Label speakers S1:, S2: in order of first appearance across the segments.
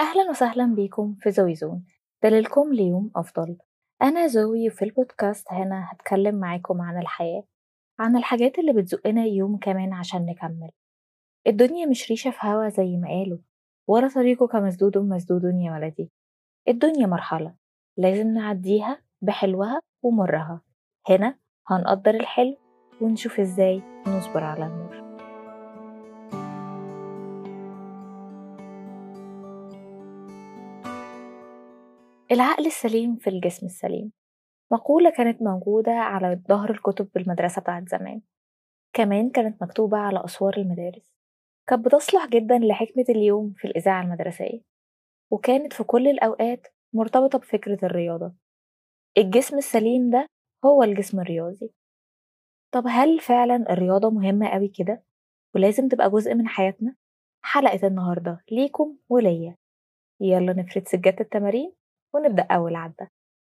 S1: أهلا وسهلا بيكم في زوي زون، دليلكم ليوم أفضل. أنا زوي، وفي البودكاست هنا هتكلم معاكم عن الحياة، عن الحاجات اللي بتزقنا يوم كمان عشان نكمل. الدنيا مش ريشة في هوا زي ما قالوا، ولا طريقك مسدود مسدود يا ولدي. الدنيا مرحلة لازم نعديها بحلوها ومرها. هنا هنقدر الحلو ونشوف ازاي نصبر على المر. العقل السليم في الجسم السليم، مقولة كانت موجودة على ظهر الكتب بالمدرسة بتاعت زمان. كمان كانت مكتوبة على أسوار المدارس. كانت بتصلح جدا لحكمة اليوم في الإذاعة المدرسية، وكانت في كل الأوقات مرتبطة بفكرة الرياضة. الجسم السليم ده هو الجسم الرياضي. طب هل فعلا الرياضة مهمة قوي كده ولازم تبقى جزء من حياتنا؟ حلقة النهاردة ليكم وليا. يلا نفرد سجادة التمارين ونبدأ أول عدة.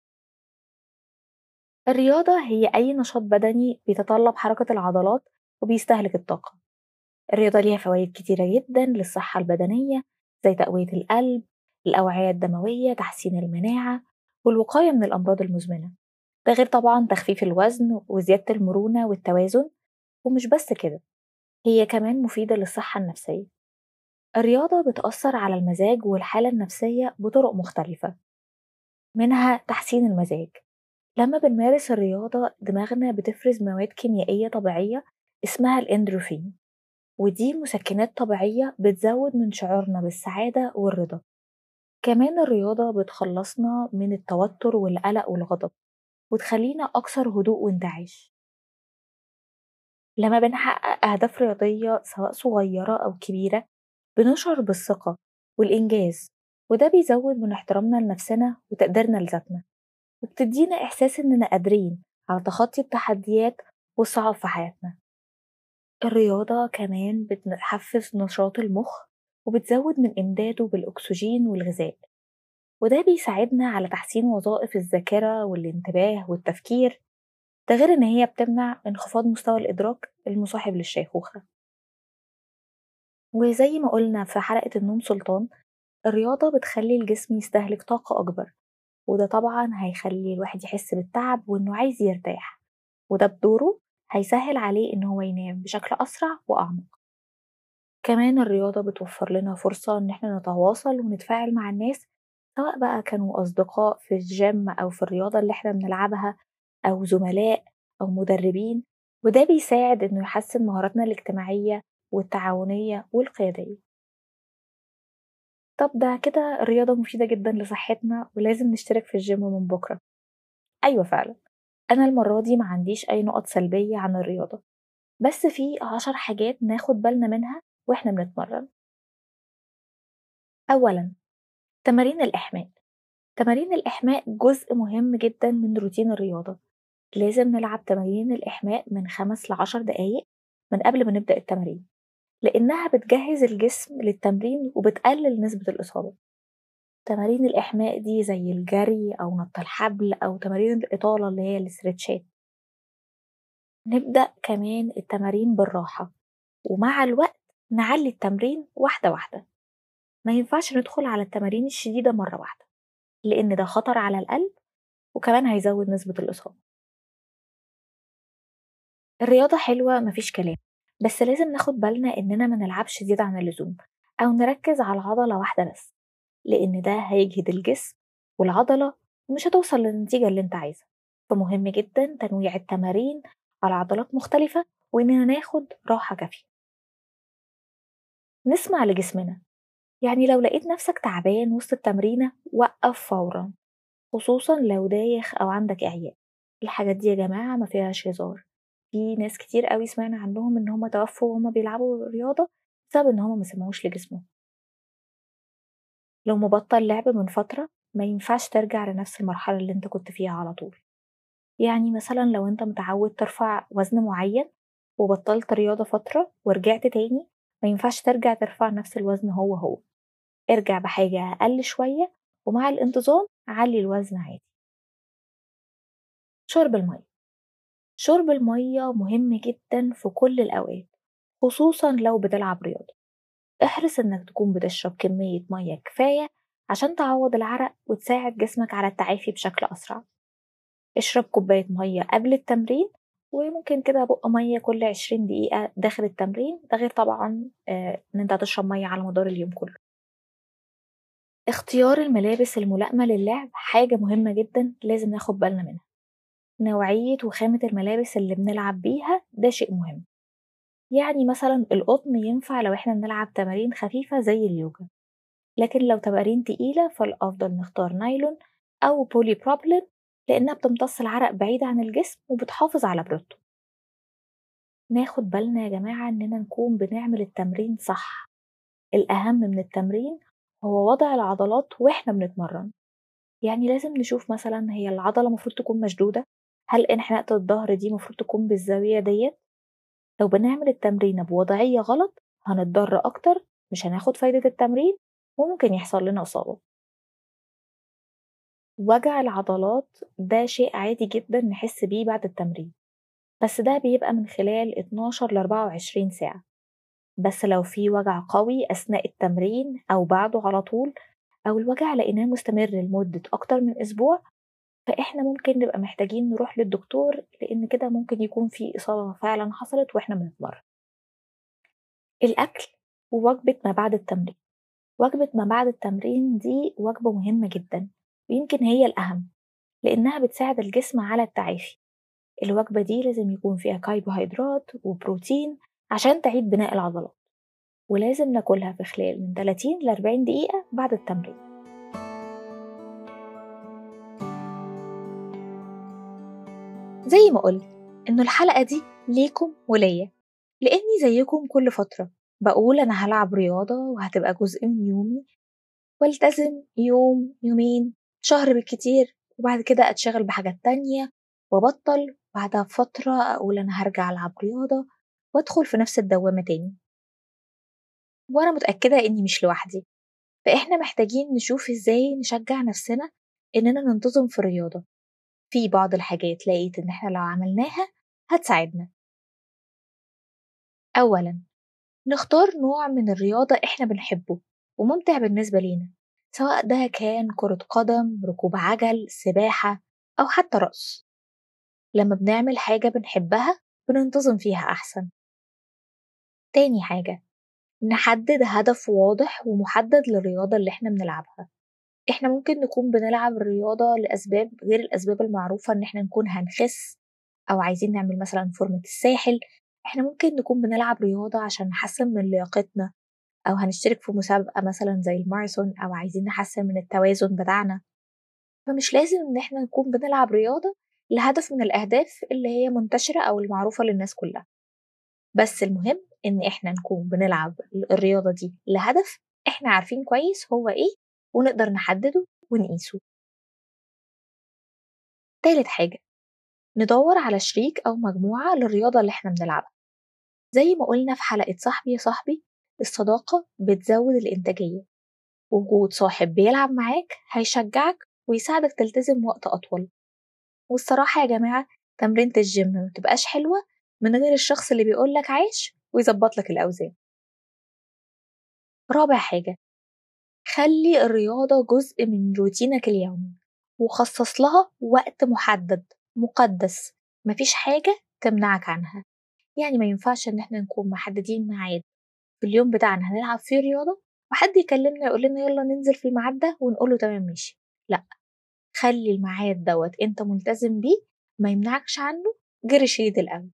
S1: الرياضة هي أي نشاط بدني بيتطلب حركة العضلات وبيستهلك الطاقة. الرياضة ليها فوائد كتيرة جدا للصحة البدنية، زي تقوية القلب، الأوعية الدموية، تحسين المناعة، والوقاية من الأمراض المزمنة. ده غير طبعا تخفيف الوزن وزيادة المرونة والتوازن. ومش بس كده، هي كمان مفيدة للصحة النفسية. الرياضة بتأثر على المزاج والحالة النفسية بطرق مختلفة، منها تحسين المزاج. لما بنمارس الرياضة دماغنا بتفرز مواد كيميائية طبيعية اسمها الإندروفين، ودي مسكنات طبيعية بتزود من شعورنا بالسعادة والرضا. كمان الرياضة بتخلصنا من التوتر والقلق والغضب، وتخلينا أكثر هدوء وانتعاش. لما بنحقق أهداف رياضية سواء صغيرة أو كبيرة بنشعر بالثقة والإنجاز، وده بيزود من احترامنا لنفسنا وتقديرنا لذاتنا، وبتدينا إحساس إننا قادرين على تخطي التحديات والصعاب في حياتنا. الرياضة كمان بتحفز نشاط المخ وبتزود من إمداده بالأكسجين والغذاء، وده بيساعدنا على تحسين وظائف الذاكرة والانتباه والتفكير. ده غير إن هي بتمنع انخفاض مستوى الإدراك المصاحب للشيخوخة. وزي ما قلنا في حلقة النوم سلطان، الرياضة بتخلي الجسم يستهلك طاقة أكبر، وده طبعا هيخلي الواحد يحس بالتعب وإنه عايز يرتاح، وده بدوره هيسهل عليه إن هو ينام بشكل أسرع وأعمق. كمان الرياضة بتوفر لنا فرصة إن احنا نتواصل ونتفاعل مع الناس، سواء بقى كانوا أصدقاء في الجيم أو في الرياضة اللي احنا بنلعبها، أو زملاء أو مدربين. وده بيساعد إنه يحسن مهاراتنا الاجتماعية والتعاونية والقيادية. طب ده كده الرياضة مفيدة جدا لصحتنا ولازم نشترك في الجيم من بكرة. أيوة فعلا، أنا المرة دي ما عنديش أي نقط سلبية عن الرياضة، بس في 10 حاجات ناخد بالنا منها وإحنا بنتمرن. أولا، تمارين الإحماء. تمارين الإحماء جزء مهم جدا من روتين الرياضة. لازم نلعب تمارين الإحماء من 5 ل10 دقايق من قبل ما نبدأ التمارين، لأنها بتجهز الجسم للتمرين وبتقلل نسبة الإصابة. تمارين الإحماء دي زي الجري أو نط الحبل أو تمارين الإطالة اللي هي الاسترتشات. نبدأ كمان التمارين بالراحة، ومع الوقت نعلي التمرين واحدة واحدة. ما ينفعش ندخل على التمارين الشديدة مرة واحدة، لأن ده خطر على القلب وكمان هيزود نسبة الإصابة. الرياضة حلوة مفيش كلام، بس لازم ناخد بالنا إننا ما نلعبش زيادة عن اللزوم أو نركز على عضلة واحدة بس، لأن ده هيجهد الجسم والعضلة ومش هتوصل للنتيجة اللي انت عايزها. فمهم جدا تنويع التمارين على عضلات مختلفة، وإننا ناخد راحة كافية. نسمع لجسمنا، يعني لو لقيت نفسك تعبان وسط التمرينة وقف فورا، خصوصا لو دايخ أو عندك إعياء. الحاجات دي يا جماعة ما فيهاش هزار. في ناس كتير قوي سمعنا عنهم إن هم توفوا وهم بيلعبوا رياضة بسبب إن هم ما سمعوش لجسمهم. لو مبطل لعب من فترة ما ينفعش ترجع لنفس المرحلة اللي انت كنت فيها على طول. يعني مثلا لو انت متعود ترفع وزن معين وبطلت رياضة فترة ورجعت تاني، ما ينفعش ترجع ترفع نفس الوزن هو. ارجع بحاجة أقل شوية، ومع الانتظام علي الوزن عادي. شرب المية. شرب المية مهم جدا في كل الأوقات، خصوصا لو بتلعب رياضة. احرص انك تكون بتشرب كمية مية كفاية عشان تعوض العرق وتساعد جسمك على التعافي بشكل أسرع. اشرب كوباية مية قبل التمرين، وممكن كده بق مية كل 20 دقيقة داخل التمرين، ده غير طبعا إن أنت تشرب مية على مدار اليوم كله. اختيار الملابس الملائمة للعب حاجة مهمة جدا لازم ناخد بالنا منها. نوعية وخامة الملابس اللي بنلعب بيها ده شيء مهم. يعني مثلا القطن ينفع لو احنا بنلعب تمارين خفيفة زي اليوجا، لكن لو تمارين تقيلة فالأفضل نختار نايلون أو بولي بروبلين، لأنها بتمتص العرق بعيد عن الجسم وبتحافظ على برودته. ناخد بالنا يا جماعة إننا نكون بنعمل التمرين صح. الأهم من التمرين هو وضع العضلات وإحنا بنتمرن. يعني لازم نشوف مثلا هي العضلة مفروض تكون مشدودة، هل انحناءة الظهر دي مفروض تكون بالزاوية ديت. لو بنعمل التمرين بوضعية غلط هنتضر أكتر، مش هناخد فايدة التمرين، وممكن يحصل لنا إصابة. وجع العضلات ده شيء عادي جدا نحس بيه بعد التمرين، بس ده بيبقى من خلال 12 ل 24 ساعة. بس لو في وجع قوي أثناء التمرين أو بعده على طول، أو الوجع لقيناه مستمر لمدة أكتر من أسبوع، فإحنا ممكن نبقى محتاجين نروح للدكتور، لأن كده ممكن يكون في إصابة فعلا حصلت وإحنا بنتمرن. الأكل ووجبة ما بعد التمرين. وجبة ما بعد التمرين دي وجبة مهمة جدا، ويمكن هي الأهم، لأنها بتساعد الجسم على التعافي. الوجبة دي لازم يكون فيها كربوهيدرات وبروتين عشان تعيد بناء العضلات، ولازم ناكلها في خلال من 30 ل 40 دقيقة بعد التمرين. زي ما قلت إنه الحلقة دي ليكم وليا، لأني زيكم كل فترة بقول أنا هلعب رياضة وهتبقى جزء من يومي، والتزم يوم يومين شهر بالكتير، وبعد كده أتشغل بحاجات تانية وبطل، بعدها بفترة أقول أنا هرجع ألعب رياضة وأدخل في نفس الدوامة تاني. وأنا متأكدة إني مش لوحدي، فإحنا محتاجين نشوف إزاي نشجع نفسنا إننا ننتظم في الرياضة. في بعض الحاجات لقيت إن إحنا لو عملناها هتساعدنا. أولا، نختار نوع من الرياضة إحنا بنحبه وممتع بالنسبة لينا، سواء ده كان كرة قدم، ركوب عجل، سباحة، أو حتى رقص. لما بنعمل حاجة بنحبها بننتظم فيها أحسن. تاني حاجة، نحدد هدف واضح ومحدد للرياضة اللي إحنا بنلعبها. إحنا ممكن نكون بنلعب الرياضة لأسباب غير الأسباب المعروفة، إن إحنا نكون هنخس أو عايزين نعمل مثلا فورمة الساحل. إحنا ممكن نكون بنلعب رياضة عشان نحسن من لياقتنا، أو هنشترك في مسابقة مثلا زي الماراثون، أو عايزين نحسن من التوازن بتاعنا. فمش لازم إن إحنا نكون بنلعب رياضة لهدف من الأهداف اللي هي منتشرة أو المعروفة للناس كلها، بس المهم إن إحنا نكون بنلعب الرياضة دي لهدف إحنا عارفين كويس هو إيه، ونقدر نحدده ونقيسه. تالت حاجة، ندور على شريك أو مجموعة للرياضة اللي إحنا بنلعبها. زي ما قلنا في حلقة صاحبي يا صاحبي، الصداقة بتزود الإنتاجية، وجود صاحب بيلعب معاك هيشجعك ويساعدك تلتزم وقت أطول. والصراحة يا جماعة، تمرينة الجيم متبقاش حلوة من غير الشخص اللي بيقولك عايش ويظبط لك الأوزان. رابع حاجة، خلي الرياضة جزء من روتينك اليومي، وخصص لها وقت محدد مقدس، مفيش حاجة تمنعك عنها. يعني ما ينفعش إن احنا نكون محددين ميعاد في اليوم بتاعنا هنلعب فيه رياضة، وحد يكلمنا يقول لنا يلا ننزل في الميعاد ده ونقول له تمام ماشي. لأ، خلي الميعاد دوت انت ملتزم بيه، ما يمنعكش عنه غير الشديد القوي.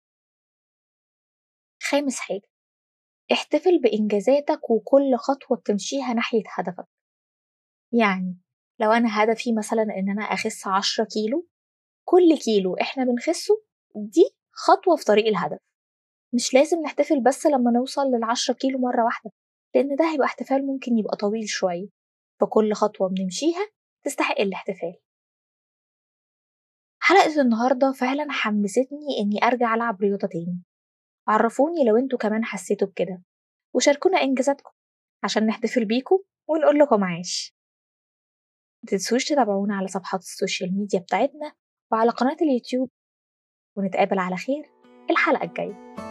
S1: خامس حاجة، احتفل بإنجازاتك وكل خطوة بتمشيها ناحية هدفك. يعني لو أنا هدفي مثلا إن أنا أخس 10 كيلو، كل كيلو إحنا بنخسه دي خطوة في طريق الهدف. مش لازم نحتفل بس لما نوصل لل10 كيلو مرة واحدة، لأن ده هيبقى احتفال ممكن يبقى طويل شوية، فكل خطوة بنمشيها تستحق الاحتفال. حلقة النهاردة فعلا حمستني إني أرجع ألعب رياضة تاني. عرفوني لو انتوا كمان حسيتوا بكده، وشاركونا إنجازاتكم عشان نحتفل بيكم ونقول لكم عاش. متنسوش تتابعونا على صفحات السوشيال ميديا بتاعتنا وعلى قناة اليوتيوب، ونتقابل على خير الحلقة الجاية.